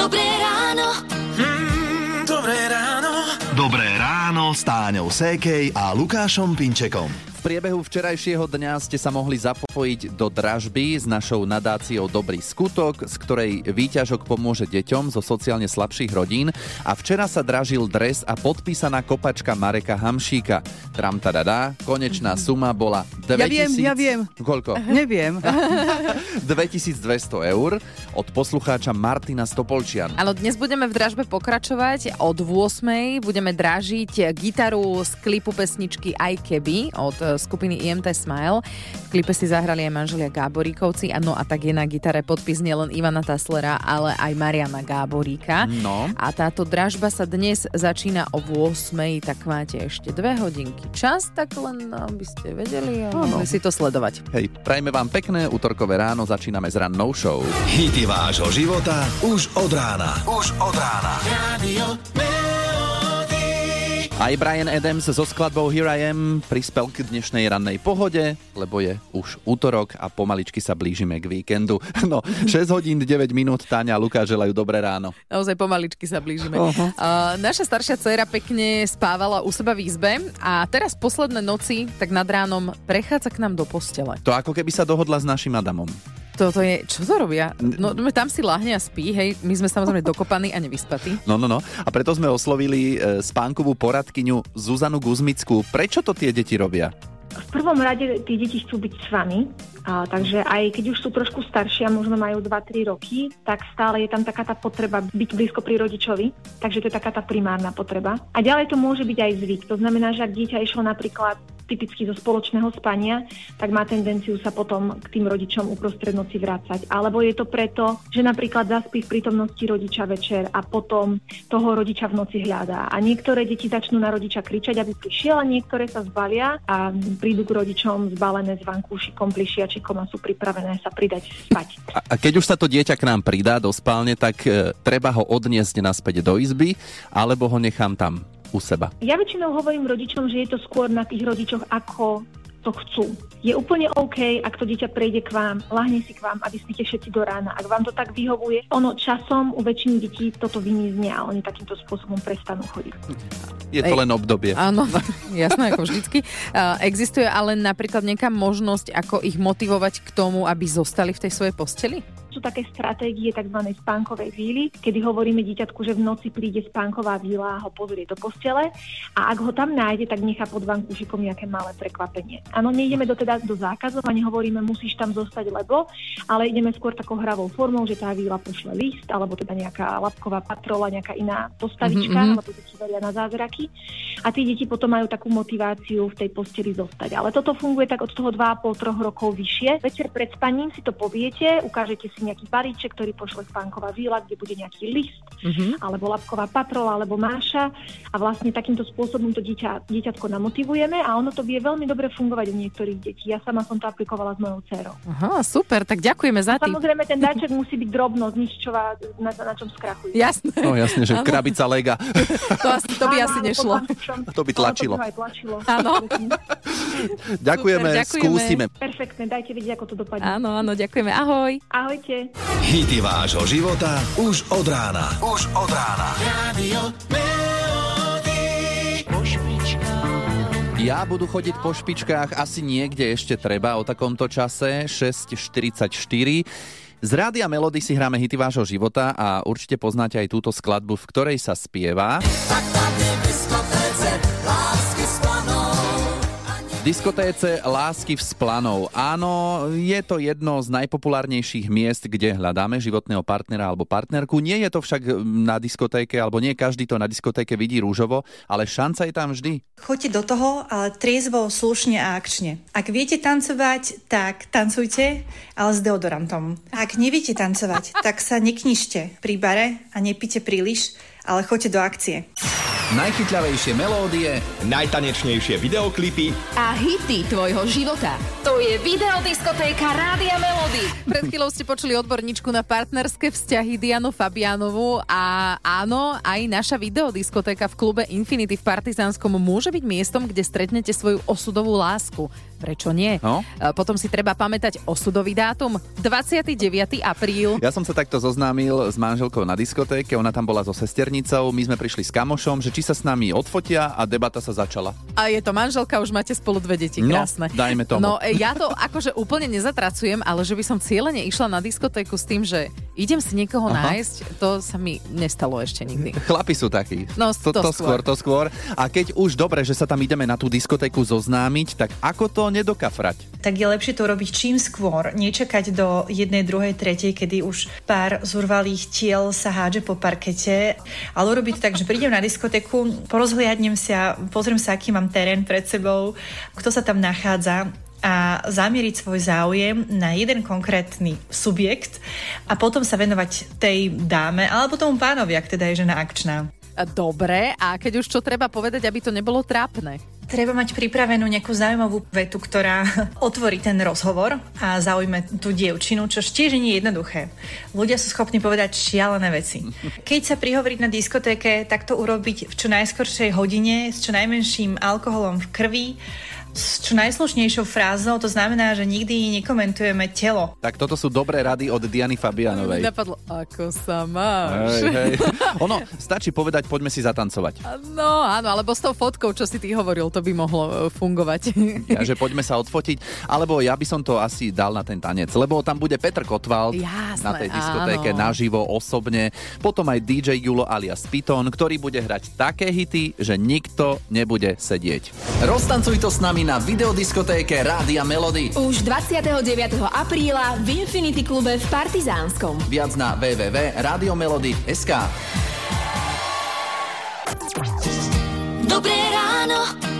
Dobré ráno. Dobré ráno. Dobré ráno s Táňou Sékej a Lukášom Pinčekom. V priebehu včerajšieho dňa ste sa mohli zapojiť do dražby s našou nadáciou Dobrý skutok, z ktorej výťažok pomôže deťom zo sociálne slabších rodín. A včera sa dražil dres a podpísaná kopačka Mareka Hamšíka. Tramtadadá, konečná suma bola 2000... Ja viem. Koľko? Neviem. 2200 eur od poslucháča Martina Stopolčian. Áno, dnes budeme v dražbe pokračovať. Od 8:00 budeme dražiť gitaru z klipu pesničky Aj keby od skupiny IMT Smile. V klipe si zahrali aj manželia Gáboríkovci. No a tak je na gitare podpis nielen Ivana Taslera, ale aj Mariana Gáboríka. No. A táto dražba sa dnes začína o 8:00, tak máte ešte 2 hodinky čas, tak len aby ste vedeli a mohli si to sledovať. Hej, prajme vám pekné útorkové ráno, začíname s rannou show. Hity vášho života už od rána. Radio Aj Bryan Adams so skladbou Here I Am prispel k dnešnej rannej pohode, lebo je už útorok a pomaličky sa blížime k víkendu. No, 6 hodín 9 minút, Táňa a Lukáš želajú dobré ráno. Naozaj pomaličky sa blížime. Naša staršia dcéra pekne spávala u seba v izbe a teraz posledné noci, tak nad ránom prechádza k nám do postele. To ako keby sa dohodla s našim Adamom. Toto je, čo to robia? No tam si láhne a spí, hej, my sme samozrejme dokopaní a nevyspatí. No. A preto sme oslovili spánkovú poradkyňu Zuzanu Guzmickú. Prečo to tie deti robia? V prvom rade tí deti chcú byť s vami, takže aj keď už sú trošku staršie, možno majú 2-3 roky, tak stále je tam taká tá potreba byť blízko pri rodičovi, takže to je taká tá primárna potreba. A ďalej to môže byť aj zvyk, to znamená, že ak dieťa išlo napríklad typicky zo spoločného spania, tak má tendenciu sa potom k tým rodičom uprostred noci vrácať. Alebo je to preto, že napríklad zaspí v prítomnosti rodiča večer a potom toho rodiča v noci hľadá. A niektoré deti začnú na rodiča kričať, aby prišiel, a niektoré sa zbalia a prídu k rodičom zbalené s vankúšikom, plišiačikom a sú pripravené sa pridať spať. A keď už sa to dieťa k nám pridá do spálne, tak treba ho odniesť naspäť do izby, alebo ho nechám tam u seba? Ja väčšinou hovorím rodičom, že je to skôr na tých rodičoch, ako to chcú. Je úplne OK, ak to dieťa prejde k vám, ľahne si k vám a vy spíte všetci do rána. Ak vám to tak vyhovuje, ono časom u väčšiny detí toto vymizne a oni takýmto spôsobom prestanú chodiť. Je to len obdobie. Áno, jasné, ako vždycky. Existuje ale napríklad nejaká možnosť, ako ich motivovať k tomu, aby zostali v tej svojej posteli? Sú také stratégie tzv. Spánkovej víly, kedy hovoríme dieťatku, že v noci príde spánková víla a ho pozrie do postele a ak ho tam nájde, tak nechá pod vankúšikom nejaké malé prekvapenie. Áno, nejdeme do zákazov a nehovoríme musíš tam zostať, lebo, ale ideme skôr takou hravou formou, že tá víla pošle list, alebo teda nejaká labková patrola, nejaká iná postavička, alebo deti veria na zázraky. A tí deti potom majú takú motiváciu v tej posteli zostať. Ale toto funguje tak od toho 2,5-3 rokov vyššie. Večer pred spaním si to poviete, ukážete si nejaký balíček, ktorý pošle spánková víla, kde bude nejaký list, alebo labková patrola, alebo máša a vlastne takýmto spôsobom to dieťatko namotivujeme a ono to vie veľmi dobre fungovať u niektorých detí. Ja sama som to aplikovala s mojou dcérou. Aha, super, tak ďakujeme za tým. Samozrejme, ten dáček musí byť drobnosť, niččová, na čom skrachujú. Jasné. No jasne, že krabica Lega. To by asi nešlo. To by tlačilo. Áno. Ďakujeme, skúsime. Perfektne, dajte vedieť, ako to dopadne. Áno, ďakujeme. Ahoj. Ahojte. Hity vášho života už od rána. Radio Ja budu chodiť po špičkách asi niekde ešte treba o takomto čase, 6:44. Z Rádia Melody si hráme hity vášho života a určite poznáte aj túto skladbu, v ktorej sa spieva. Diskotéce Lásky vzplanov. Áno, je to jedno z najpopulárnejších miest, kde hľadáme životného partnera alebo partnerku. Nie je to však na diskotéke, alebo nie každý to na diskotéke vidí rúžovo, ale šanca je tam vždy. Choďte do toho, ale triezvo, slušne a akčne. Ak viete tancovať, tak tancujte, ale s deodorantom. Ak neviete tancovať, tak sa neknižte pri bare a nepite príliš, ale choďte do akcie. Najchytľavejšie melódie, najtanečnejšie videoklipy a hity tvojho života. To je videodiskotéka Rádia Melody. Pred chvíľou ste počuli odborníčku na partnerské vzťahy Dianu Fabianovú a áno, aj naša videodiskotéka v klube Infinity v Partizánskom môže byť miestom, kde stretnete svoju osudovú lásku. Prečo nie? No. Potom si treba pamätať osudový dátum 29. apríl. Ja som sa takto zoznámil s manželkou na diskotéke, ona tam bola so sesternicou, my sme prišli s kamošom, že či sa s nami odfotia a debata sa začala. A je to manželka, už máte spolu 2 deti, krásne. No, dajme tomu. No ja to akože úplne nezatracujem, ale že by som cieľene išla na diskotéku s tým, že idem si niekoho nájsť, to sa mi nestalo ešte nikdy. Chlapi sú takí. No, to skôr. A keď už dobre, že sa tam ideme na tú diskotéku zoznámiť, tak ako to nedokafrať? Tak je lepšie to robiť čím skôr, nečakať do 1., 2., 3., kedy už pár zurvalých tiel sa hádže po parkete, ale urobiť to tak, že prídem na diskotéku, porozhliadnem sa, pozriem sa, aký mám terén pred sebou, kto sa tam nachádza a zamieriť svoj záujem na jeden konkrétny subjekt a potom sa venovať tej dáme alebo tomu pánovi, ak teda je žena akčná. Dobre, a keď už čo treba povedať, aby to nebolo trápne? Treba mať pripravenú nejakú zaujímavú vetu, ktorá otvorí ten rozhovor a zaujme tú dievčinu, čo tiež nie je jednoduché. Ľudia sú schopní povedať šialené veci. Keď sa prihovoriť na diskotéke, tak to urobiť v čo najskoršej hodine, s čo najmenším alkoholom v krvi, s čo najslušnejšou frázou, to znamená, že nikdy nekomentujeme telo. Tak toto sú dobré rady od Diany Fabianovej. Napadlo, ako sa máš. Hej. Ono, stačí povedať, poďme si zatancovať. No áno, alebo s tou fotkou, čo si ty hovoril, to by mohlo fungovať. Ja, že poďme sa odfotiť, alebo ja by som to asi dal na ten tanec, lebo tam bude Petr Kotwald. Jasné, na tej diskotéke áno. naživo, osobne. Potom aj DJ Julo alias Python, ktorý bude hrať také hity, že nikto nebude sedieť. Roztancuj to s nami na videodiskotéke Rádia Melody. Už 29. apríla v Infinity klube v Partizánskom. Viac na www.radiomelody.sk. Dobré ráno.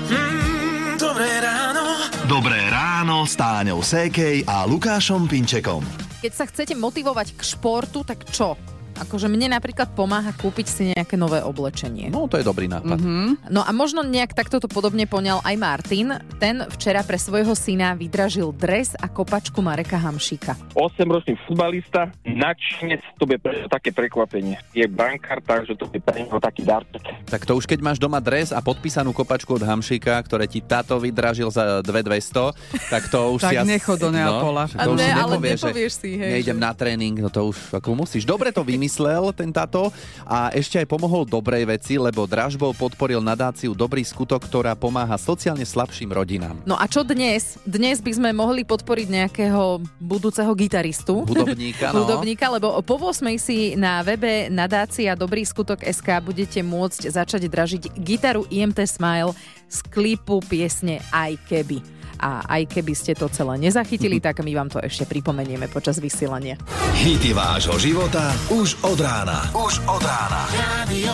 Dobré ráno. Dobré ráno s Táňou Sékej a Lukášom Pinčekom. Keď sa chcete motivovať k športu, tak čo? Akože mne napríklad pomáha kúpiť si nejaké nové oblečenie. No, to je dobrý nápad. No a možno nejak takto to podobne poňal aj Martin. Ten včera pre svojho syna vydražil dres a kopačku Mareka Hamšíka. 8-ročný futbalista, nadšenec, to bude pre také prekvapenie. Je brankár, takže to bude pre neho taký darček. Tak to už keď máš doma dres a podpísanú kopačku od Hamšíka, ktoré ti táto vydražil za 2200, tak to už tak si... nechod do Neapola. To už ne, si ale nepovieš, nepovieš si, hej, nejdem že... na tréning, no to už ako musíš. Dobre to vymyslel ten táto a ešte aj pomohol dobrej veci, lebo dražbou podporil nadáciu Dobrý skutok, ktorá pomáha sociálne slabším rodinám. No a čo dnes? Dnes by sme mohli podporiť nejakého budúceho gitaristu. Hudobníka, no. Hudobníka, lebo po 8 si na webe nadácia Dobrý skutok SK budete môcť začať dražiť gitaru IMT Smile z klipu piesne Aj keby. A aj keby ste to celé nezachytili, tak my vám to ešte pripomenieme počas vysielania. Hity vášho života už od rána. Už od rána. Rádio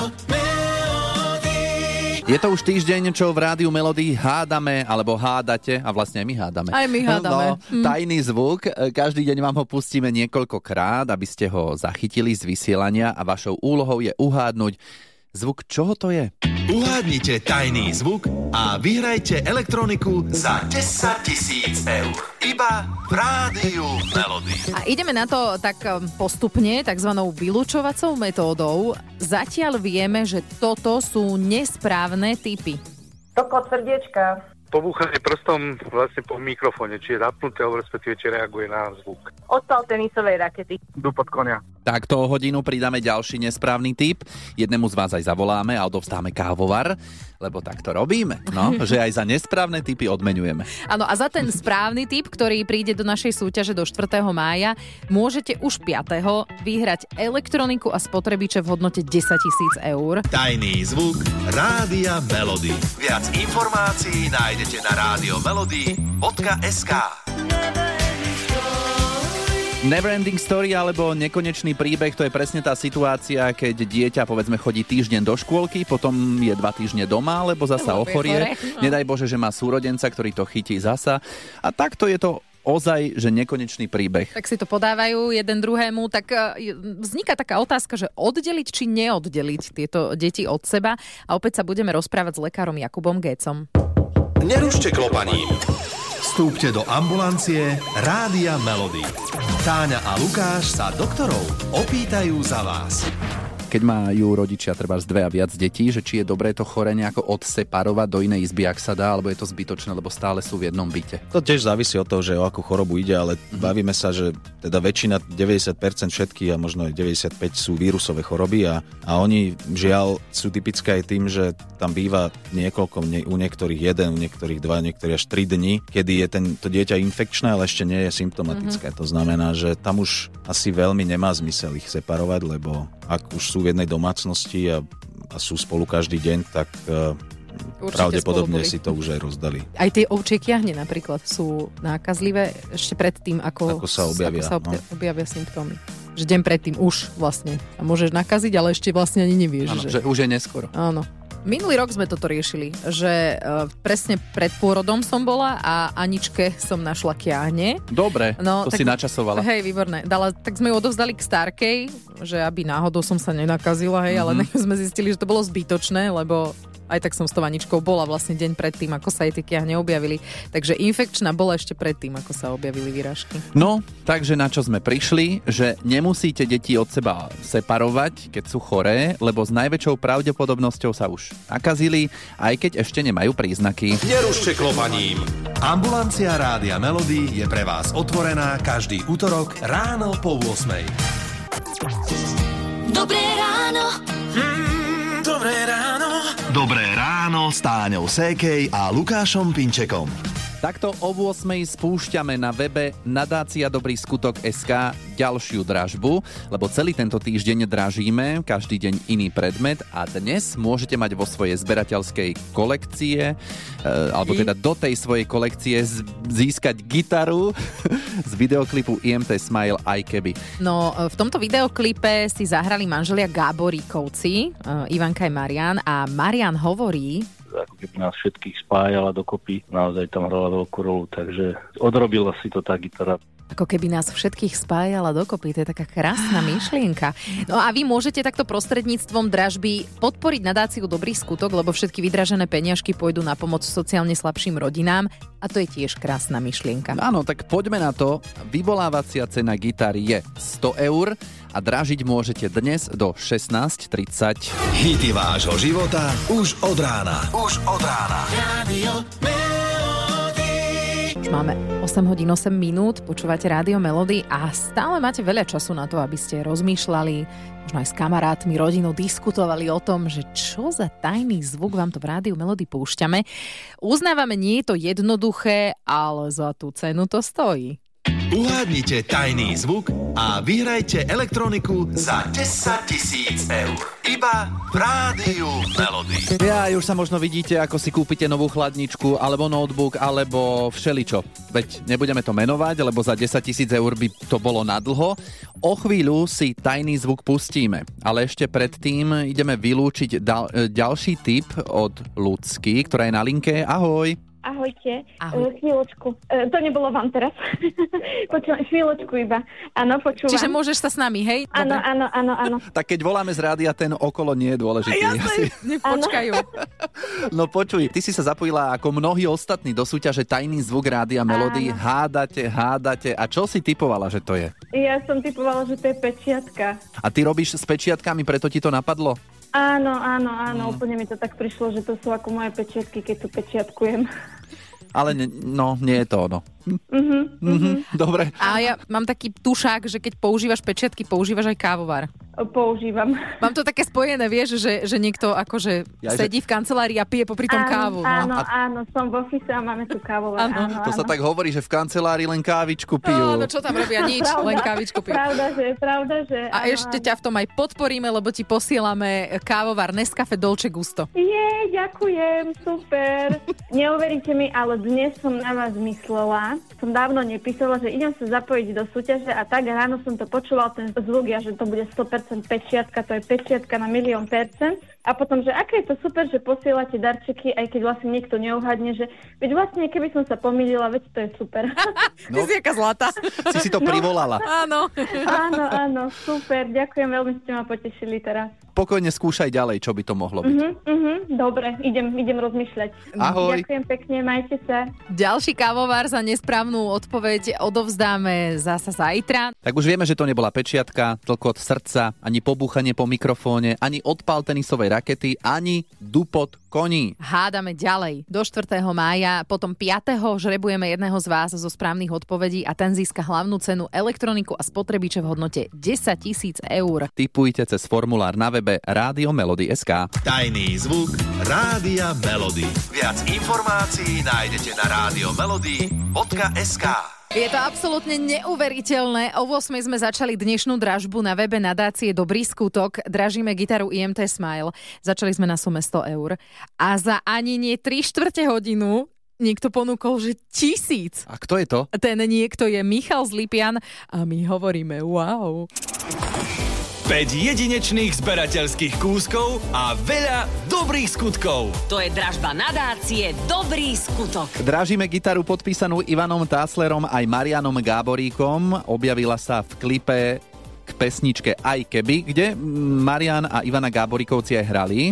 Melody. Je to už týždeň, čo v Rádiu Melody hádame, alebo hádate, a vlastne aj my hádame. Aj my hádame. No, tajný zvuk. Každý deň vám ho pustíme niekoľkokrát, aby ste ho zachytili z vysielania a vašou úlohou je uhádnuť zvuk, čoho to je. Uhádnite tajný zvuk a vyhrajte elektroniku za 10 000 eur. Iba v Rádiu Melody. A ideme na to tak postupne, takzvanou vylúčovacou metódou. Zatiaľ vieme, že toto sú nesprávne typy. Tokot srdiečka. Pobúchanie prstom vlastne po mikrofóne, či je zapnuté, alebo respektíve či reaguje na zvuk. Odpal tenisovej rakety. Dupot konia. Takto o hodinu pridáme ďalší nesprávny tip. Jednému z vás aj zavoláme a odovzdáme kávovar, lebo tak to robíme, no, že aj za nesprávne tipy odmeňujeme. Áno, a za ten správny tip, ktorý príde do našej súťaže do 4. mája, môžete už 5. vyhrať elektroniku a spotrebiče v hodnote 10 000 eur. Tajný zvuk Rádia Melody. Viac informácií nájdete na radiomelody.sk. Neverending story alebo nekonečný príbeh, to je presne tá situácia, keď dieťa povedzme chodí týždeň do škôlky, potom je 2 týždne doma, alebo zasa ochorie. Nedaj Bože, že má súrodenca, ktorý to chytí zasa. A takto je to ozaj, že nekonečný príbeh. Tak si to podávajú jeden druhému, tak vzniká taká otázka, že oddeliť či neoddeliť tieto deti od seba. A opäť sa budeme rozprávať s lekárom Jakubom Gécom. Nerušte klopaním. Vstúpte do ambulancie Rádia Melody. Táňa a Lukáš sa doktorov opýtajú za vás. keď majú rodičia treba z 2 a viac detí, že či je dobré to chore nejako odseparovať do inej izby, ak sa dá, alebo je to zbytočné, lebo stále sú v jednom byte. To tiež závisí od toho, že o akú chorobu ide, ale bavíme sa, že teda väčšina, 90% všetky a možno aj 95 sú vírusové choroby a oni žiaľ sú typické aj tým, že tam býva niekoľko, u niektorých 1, u niektorých 2, niektorých až 3 dní, kedy je to dieťa infekčné, ale ešte nie je symptomatické. To znamená, že tam už asi veľmi nemá zmysel ich separovať, lebo ak už sú v jednej domácnosti a sú spolu každý deň, tak pravdepodobne si to už aj rozdali. Aj tie ovčie kiahne napríklad sú nákazlivé ešte predtým, ako sa objavia symptómy. Že deň predtým už vlastne a môžeš nakaziť, ale ešte vlastne ani nevieš. Áno, že už je neskoro. Áno. Minulý rok sme toto riešili, že presne pred pôrodom som bola a Aničke som našla kiahne. Dobre, to tak, si načasovala. Hej, výborné. Tak sme ju odovzdali k Starkej, že aby náhodou som sa nenakazila, ale sme zistili, že to bolo zbytočné, lebo aj tak som s tou Aničkou bola vlastne deň predtým, ako sa jej tie kiahne objavili. Takže infekčná bola ešte predtým, ako sa objavili výražky. No, takže na čo sme prišli, že nemusíte deti od seba separovať, keď sú choré, lebo s najväčšou pravdepodobnosťou sa už nakazili, aj keď ešte nemajú príznaky. Nerušte klopaním. Ambulancia Rádia Melody je pre vás otvorená každý utorok ráno po 8:00. Dobré ráno. Dobré ráno. Dobré ráno s Táňou Sékej a Lukášom Pinčekom. Takto o 8:00 spúšťame na webe Nadácia Dobrý skutok SK ďalšiu dražbu, lebo celý tento týždeň dražíme, každý deň iný predmet a dnes môžete mať vo svojej zberateľskej kolekcie, alebo teda do tej svojej kolekcie získať gitaru z videoklipu IMT Smile Aj keby. No, v tomto videoklipe si zahrali manželia Gáboríkovci, Ivanka aj Marian, a Marian hovorí, ako keby nás všetkých spájala dokopy, naozaj tam hrala veľkú rolu, takže odrobila si to tá gitara. Ako keby nás všetkých spájala dokopy, to je taká krásna myšlienka. No a vy môžete takto prostredníctvom dražby podporiť nadáciu Dobrý skutok, lebo všetky vydražené peniažky pôjdu na pomoc sociálne slabším rodinám a to je tiež krásna myšlienka. Áno, tak poďme na to. Vyvolávacia cena gitary je 100 eur a dražiť môžete dnes do 16:30. Hity vášho života už od rána. Už od rána. Rádio Už máme 8 hodín 8 minút, počúvate Rádio Melody a stále máte veľa času na to, aby ste rozmýšľali, možno aj s kamarátmi, rodinou diskutovali o tom, že čo za tajný zvuk vám to v Rádiu Melody púšťame. Uznávame, nie je to jednoduché, ale za tú cenu to stojí. Uhádnite tajný zvuk a vyhrajte elektroniku za 10 000 eur. Iba v Rádiu Melody. Ja už sa možno vidíte, ako si kúpite novú chladničku, alebo notebook, alebo všeličo. Veď nebudeme to menovať, lebo za 10 000 eur by to bolo nadlho. O chvíľu si tajný zvuk pustíme, ale ešte predtým ideme vylúčiť ďalší tip od Ľudsky, ktorá je na linke. Ahoj. Ahojte. Chvíľočku. To nebolo vám teraz. Počúvam, chvíľočku iba. Áno, počúvam. Čiže môžeš sa s nami, hej? Áno. Tak keď voláme z rádia, ten okolo nie je dôležitý. Jasne, počkajú. No počuj, ty si sa zapojila ako mnohí ostatní do súťaže Tajný zvuk Rádia Melody. Hádate. A čo si typovala, že to je? Ja som typovala, že to je pečiatka. A ty robíš s pečiatkami, preto ti to napadlo? Áno, úplne mi to tak prišlo, že to sú ako moje pečiatky, keď tu pečiatkujem. Ale nie je to ono. Dobre. A ja mám taký tušák, že keď používaš pečiatky, používaš aj kávovar. Používam. Mám to také spojené, vieš, že niekto akože sedí v kancelárii a pije popri tom kávu. Áno, som v office a máme tu kávovar. Áno. Sa tak hovorí, že v kancelárii len kávičku pijú. No čo tam robia? Nič, len kávičku pijú. Pravda, že. A ešte ťa v tom aj podporíme, lebo ti posielame kávovar Nescafé Dolce Gusto. Ďakujem, super. Neuveríte mi, ale dnes som na vás myslela. Som dávno nepísala, že idem sa zapojiť do súťaže a tak ráno som to počúval ten zvuk, že to bude 100% pečiatka, to je pečiatka na 1,000,000%. A potom, že aké je to super, že posielate darčeky, aj keď vlastne niekto neuhadne, že veď vlastne keby som sa pomýlila, veď to je super. Ty si jaká zlatá. Si to privolala. Áno, super, ďakujem, veľmi ste ma potešili teraz. pokojne skúšaj ďalej, čo by to mohlo byť. Dobre, idem rozmýšľať. Ahoj. Ďakujem pekne, majte sa. Ďalší kávovár za nesprávnu odpoveď odovzdáme zasa zajtra. Tak už vieme, že to nebola pečiatka, tlkot srdca, ani pobúchanie po mikrofóne, ani odpál tenisovej rakety, ani dupot koní. Hádame ďalej. Do 4. mája, potom 5. žrebujeme jedného z vás zo správnych odpovedí a ten získa hlavnú cenu elektroniku a spotrebiče v hodnote 10 000 eur. Tipujte cez formulár na webe Rádio Melody.sk. Tajný zvuk Rádia Melody. Viac informácií nájdete na radiomelody.sk. Je to absolútne neuveriteľné. O 8 sme začali dnešnú dražbu na webe nadácie Dobrý skutok. Dražíme gitaru IMT Smile. Začali sme na sume 100 eur. A za ani nie 3/4 hodinu niekto ponúkol, že 1000. A kto je to? Ten niekto je Michal z Lipian a my hovoríme wow. 5 jedinečných zberateľských kúskov a veľa dobrých skutkov. To je dražba nadácie Dobrý skutok. Dražíme gitaru podpísanú Ivanom Táslerom aj Marianom Gáboríkom. Objavila sa v klipe k pesničke Aj keby, kde Marian a Ivana Gáboríkovci aj hrali.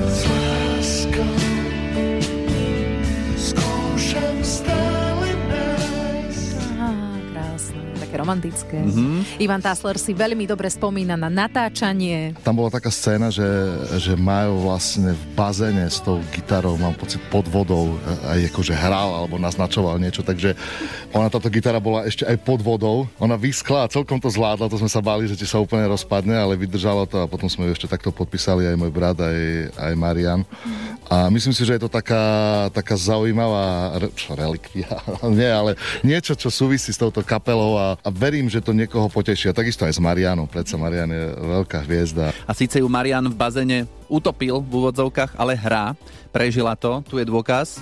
Romantické. Ivan Tásler si veľmi dobre spomína na natáčanie. Tam bola taká scéna, že Majo vlastne v bazéne s tou gitarou, mám pocit, pod vodou aj akože hral alebo naznačoval niečo, takže táto gitara bola ešte aj pod vodou. Ona vyschla a celkom to zvládla, to sme sa báli, že ti sa úplne rozpadne, ale vydržalo to a potom sme ju ešte takto podpísali aj môj brat, aj Marian. A myslím si, že je to taká zaujímavá relikvia, nie, ale niečo, čo súvisí s touto kapelou a verím, že to niekoho poteší. A takisto aj s Marianom. Predsa Marian je veľká hviezda. A síce ju Marian v bazéne utopil v úvodzovkách, ale hrá. Prežila to. Tu je dôkaz.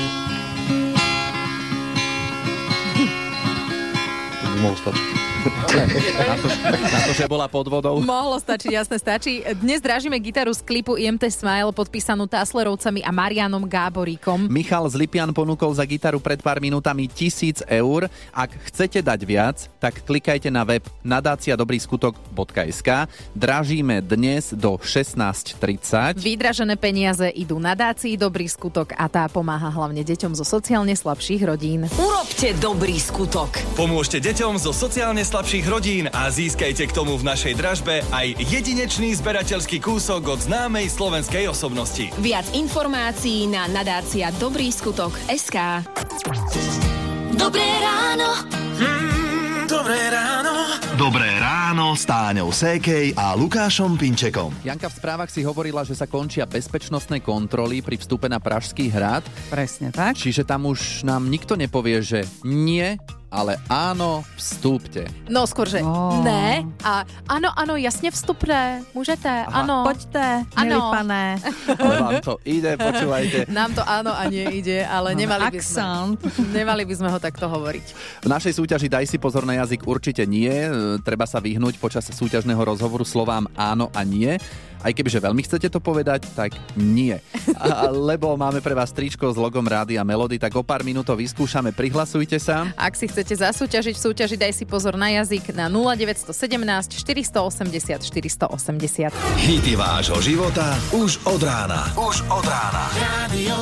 To by mohol stačiť. Na to, že bola pod vodou. Mohlo stačiť, jasne stačí. Dnes dražíme gitaru z klipu IMT Smile podpísanú Táslerovcami a Marianom Gáboríkom. Michal z Lipian ponúkol za gitaru pred pár minútami 1000 eur. Ak chcete dať viac, tak klikajte na web nadáciadobryskutok.sk. Dražíme dnes do 16:30. Vydražené peniaze idú nadácii Dobrý skutok a tá pomáha hlavne deťom zo sociálne slabších rodín. Urobte dobrý skutok. Pomôžte deťom zo sociálne slabších rodín a získajte k tomu v našej dražbe aj jedinečný zberateľský kúsok od známej slovenskej osobnosti. Viac informácií na nadácia Dobrý skutok SK. Dobré ráno. Dobré ráno. Dobré ráno s Táňou Sékej a Lukášom Pinčekom. Janka v správach si hovorila, že sa končia bezpečnostné kontroly pri vstupe na Pražský hrad. Presne tak. Čiže tam už nám nikto nepovie, že nie, ale áno, vstúpte. No skôr, že ne a áno, jasne vstupte, môžete, áno. Poďte, milí pane. Vám to ide, počúvajte. Nám to áno a nie ide, ale nemali by sme ho takto hovoriť. V našej súťaži Daj si pozor na jazyk určite nie. Treba sa vyhnúť počas súťažného rozhovoru slovám áno a nie. Aj kebyže veľmi chcete to povedať, tak nie. Lebo máme pre vás tričko s logom Rádia Melody, tak o pár minút to vyskúšame. Prihlasujte sa. Ak si chcete zasúťažiť v súťaži Daj si pozor na jazyk na 0917 480 480. Hity vášho života už od rána. Rádio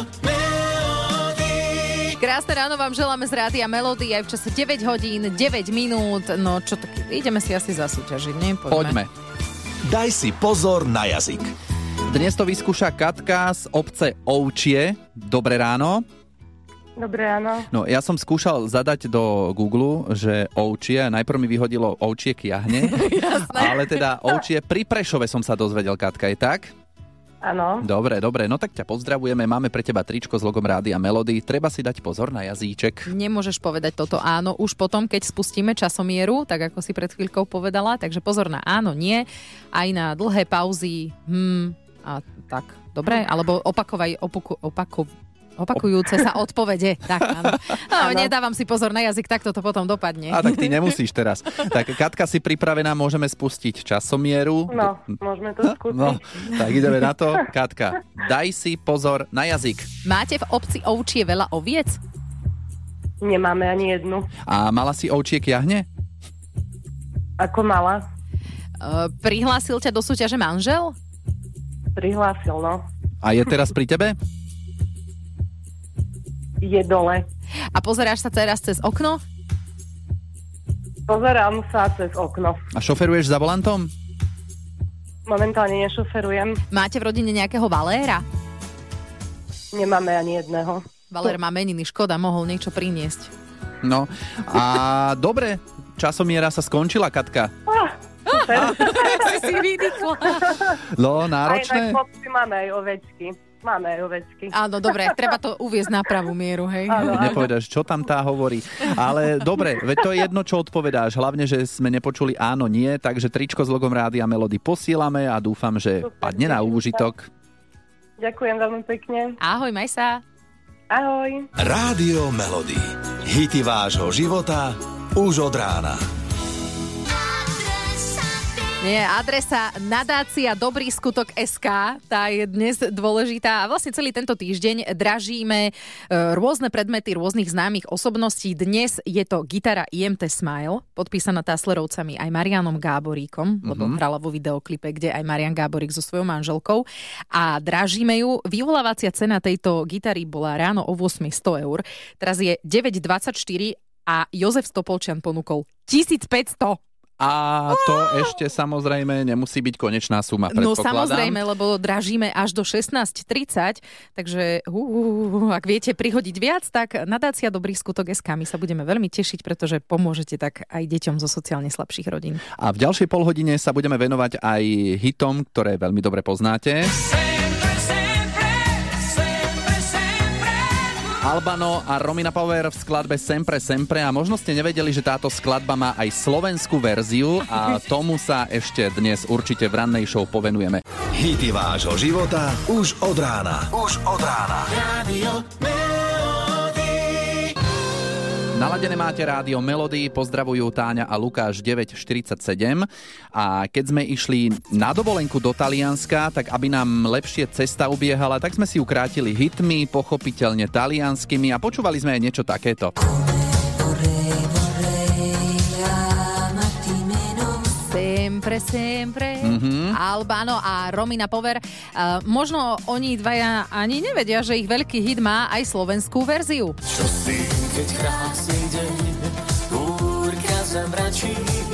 Melody. Krásne ráno vám želáme z Rádia Melody aj v čase 9 hodín, 9 minút. No čo tak, ideme si asi zasúťažiť, nie? Poďme. Daj si pozor na jazyk. Dnes to vyskúša Katka z obce Ovčie. Dobré ráno. Dobré ráno. No, ja som skúšal zadať do Google, že ovčie, najprv mi vyhodilo ovčie kiahne, ale teda ovčie pri Prešove som sa dozvedel, Katka, je tak? Áno. Dobre, no tak ťa pozdravujeme, máme pre teba tričko s logom Rádia Melody, treba si dať pozor na jazyček. Nemôžeš povedať toto áno už potom, keď spustíme časomieru, tak ako si pred chvíľkou povedala, takže pozor na áno, nie, aj na dlhé pauzy, a tak, dobre, alebo opakujúce sa odpovede. Tak, áno. No, nedávam si pozor na jazyk, tak toto potom dopadne. A tak ty nemusíš teraz. Tak Katka si pripravená, môžeme spustiť časomieru. No, môžeme to skúsiť. No, tak ideme na to. Katka, daj si pozor na jazyk. Máte v obci Ovčie veľa oviec? Nemáme ani jednu. A mala si ovčie kiahne? Ako mala? Prihlásil ťa do súťaže manžel? Prihlásil, no. A je teraz pri tebe? Je dole. A pozeráš sa teraz cez okno? Pozerám sa cez okno. A šoferuješ za volantom? Momentálne nešoferujem. Máte v rodine nejakého Valéra? Nemáme ani jedného. Valér má meniny, škoda, mohol niečo priniesť. No, a dobre, časomiera sa skončila, Katka. Si vydýchla. No, náročné. Aj na chlopci máme aj ovečky. Áno, dobre, treba to uviesť na pravú mieru, hej. Nepovedáš, čo tam tá hovorí. Ale dobre, veď to je jedno, čo odpovedáš. Hlavne, že sme nepočuli áno, nie, takže tričko s logom Rádia Melody posielame a dúfam, že padne na úžitok. Ďakujem veľmi pekne. Ahoj, maj sa. Ahoj. Rádio Melody. Hity vášho života už od rána. Nie, adresa nadácia Dobrý skutok SK, tá je dnes dôležitá a vlastne celý tento týždeň dražíme rôzne predmety rôznych známych osobností. Dnes je to gitara IMT Smile, podpísaná Tasslerovcami aj Marianom Gáboríkom, lebo hrala vo videoklipe, kde aj Marian Gáborík so svojou manželkou a dražíme ju. Vyvolávacia cena tejto gitary bola ráno o 8 100 eur, teraz je 9,24 a Jozef Stopolčian ponúkol 1500. A to ešte samozrejme nemusí byť konečná suma, No predpokladám. samozrejme, lebo dražíme až do 16:30, takže ak viete prihodiť viac, tak nadácia Dobrý skutok SK, my sa budeme veľmi tešiť, pretože pomôžete tak aj deťom zo sociálne slabších rodín. A v ďalšej polhodine sa budeme venovať aj hitom, ktoré veľmi dobre poznáte. Albano a Romina Power v skladbe Sempre Sempre a možno ste nevedeli, že táto skladba má aj slovenskú verziu a tomu sa ešte dnes určite v rannej show povenujeme. Hity vášho života už od rána. Už od rána. Rádio Naladené máte Rádio Melody, pozdravujú Táňa a Lukáš 9:47 a keď sme išli na dovolenku do Talianska, tak aby nám lepšie cesta ubiehala, tak sme si ju krátili hitmi, pochopiteľne talianskymi a počúvali sme aj niečo takéto. Sempre, sempre. Albano a Romina Power. Možno oni dvaja ani nevedia, že ich veľký hit má aj slovenskú verziu. Čo si, keď krásny deň, búrka zamračí.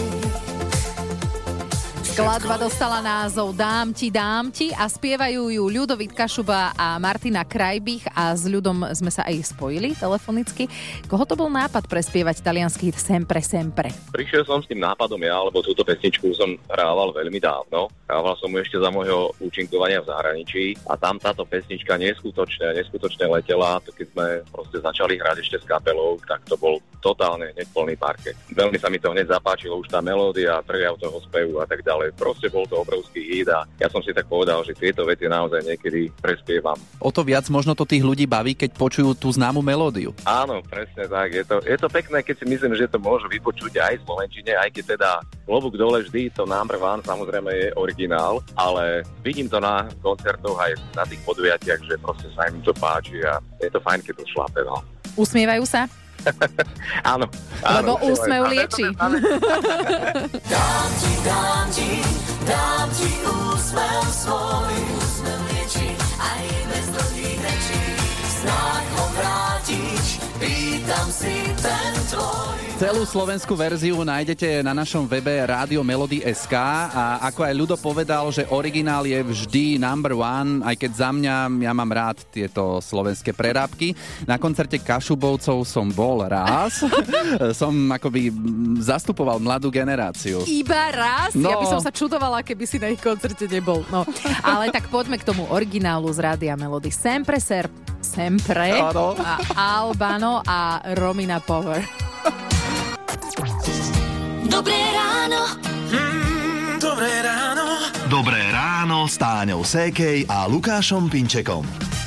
Skladba dostala názov Dám ti a spievajú ju Ľudovít Kašuba a Martina Krajbich a s Ľudom sme sa aj spojili telefonicky. Koho to bol nápad prespievať taliansky hit Sempre Sempre? Prišiel som s tým nápadom ja, lebo túto pesničku som hrával veľmi dávno. Hrával som ju ešte za môjho účinkovania v zahraničí a tam táto pesnička neskutočne letela. Keď sme proste začali hrať ešte s kapelou, tak to bol totálne hneď plný parket. Veľmi sa mi to hneď zapáčilo, už tá melódia, prejav toho spevu a tak ďalej. Proste bol to obrovský hit a ja som si tak povedal, že tieto vety naozaj niekedy prespievam. O to viac možno to tých ľudí baví, keď počujú tú známu melódiu. Áno, presne tak. Je to pekné, keď si myslím, že to môžu vypočuť aj v slovenčine, aj keď teda klobúk dole vždy to number one samozrejme je originál, ale vidím to na koncertoch aj na tých podujatiach, že proste sa im to páči a je to fajn, keď to šlape. No. Usmievajú sa? Áno. Lebo úsmev lieči. Dám ti úsmev svoj, úsmev lieči aj bez dlhých rečí. Snáď ho vrátiš, pýtam si ten tvoj. Celú slovenskú verziu nájdete na našom webe Rádio Melody SK a ako aj Ľudo povedal, že originál je vždy number one, aj keď za mňa, ja mám rád tieto slovenské prerábky. Na koncerte Kašubovcov som bol raz. Som akoby zastupoval mladú generáciu. Iba raz? No. Ja by som sa čudovala, keby si na ich koncerte nebol. No. Ale tak poďme k tomu originálu z Rádia Melody. Sempre Sempre a Albano a Romina Power. Dobré ráno. Dobré ráno. Dobré ráno s Táňou Sékej a Lukášom Pinčekom.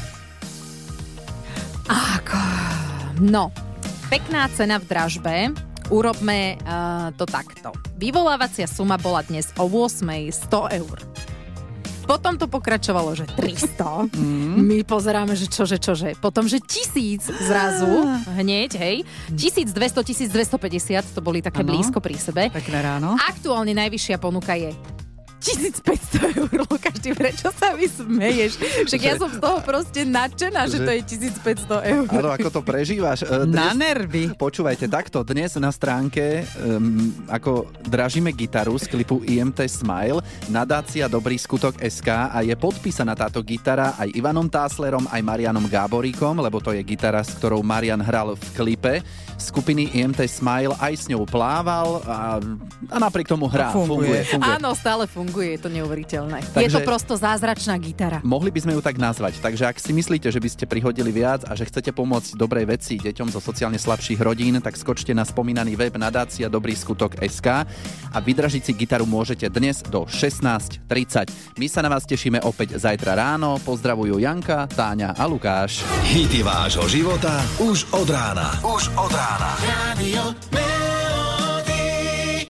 No, pekná cena v dražbe. Urobme to takto. Vyvolávacia suma bola dnes o 8 100 eur. Potom to pokračovalo, že 300. My pozeráme, že čože. Potom, že 1000 zrazu, hneď, hej. 1200, 1250, to boli také blízko pri sebe. Pekné ráno. Aktuálne najvyššia ponuka je 1500 eur, Lukáš, ty prečo sa vysmeješ? Však ja som z toho proste nadšená, že to je 1500 eur. Áno, ako to prežívaš? Na nervy. Počúvajte, takto, dnes na stránke ako dražíme gitaru z klipu IMT Smile, nadácia Dobrý skutok SK a je podpísaná táto gitara aj Ivanom Táslerom, aj Marianom Gáboríkom, lebo to je gitara, s ktorou Marian hral v klipe skupiny IMT Smile, aj s ňou plával a napriek tomu hrá. Funguje. Áno, stále funguje, je to neuveriteľné. Je to prosto zázračná gitara. Mohli by sme ju tak nazvať, takže ak si myslíte, že by ste prihodili viac a že chcete pomôcť dobrej veci deťom zo sociálne slabších rodín, tak skočte na spomínaný web nadácia Dobrý skutok SK a vydražiť si gitaru môžete dnes do 16:30. My sa na vás tešíme opäť zajtra ráno. Pozdravujú Janka, Táňa a Lukáš. Hity vášho života už od rána. Rádio